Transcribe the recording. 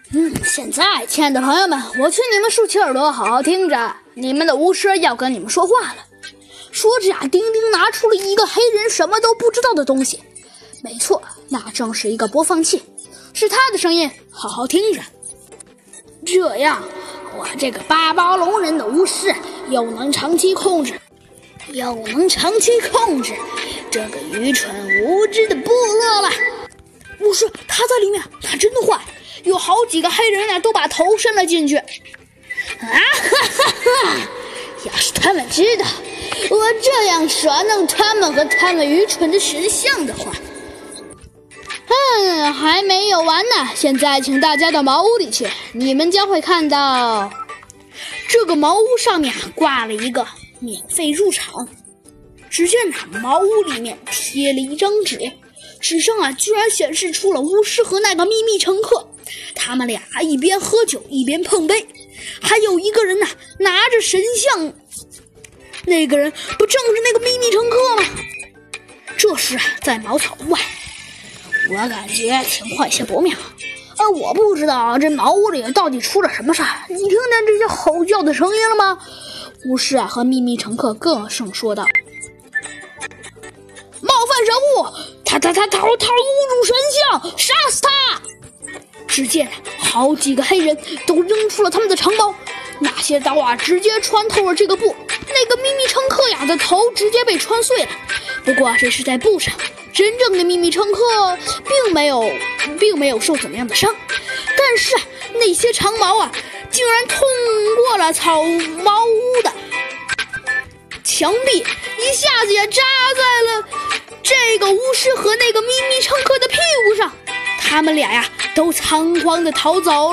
现在，亲爱的朋友们，我劝你们竖起耳朵，好好听着，你们的巫师要跟你们说话了。说着丁丁拿出了一个黑人什么都不知道的东西。没错，那正是一个播放器，是他的声音，好好听着。这样，我这个8包龙人的巫师又能长期控制这个愚蠢无知的部落了。巫师他在里面，他真的坏，有好几个黑人都把头伸了进去。要是他们知道我这样耍弄他们和他们愚蠢的神像的话。还没有完呢，现在请大家到茅屋里去，你们将会看到这个茅屋上面挂了一个免费入场。只见茅屋里面贴了一张纸，纸上居然显示出了巫师和那个秘密乘客，他们俩一边喝酒一边碰杯，还有一个人拿着神像，那个人不正是那个秘密乘客吗？这时在茅草屋外，我感觉情况有些不妙。我不知道这茅屋里到底出了什么事儿，你听见这些吼叫的声音了吗？巫师和秘密乘客各声说道。冒犯人物，他侮辱神像，杀死他！只见好几个黑人都扔出了他们的长矛，那些刀直接穿透了这个布，那个秘密乘客的头直接被穿碎了。不过这是在布上，真正的秘密乘客并没有受怎么样的伤，但是那些长矛竟然通过了草茅屋的墙壁，一下子也扎在了这个巫师和那个秘密乘客的屁股上，他们俩都仓皇地逃走了。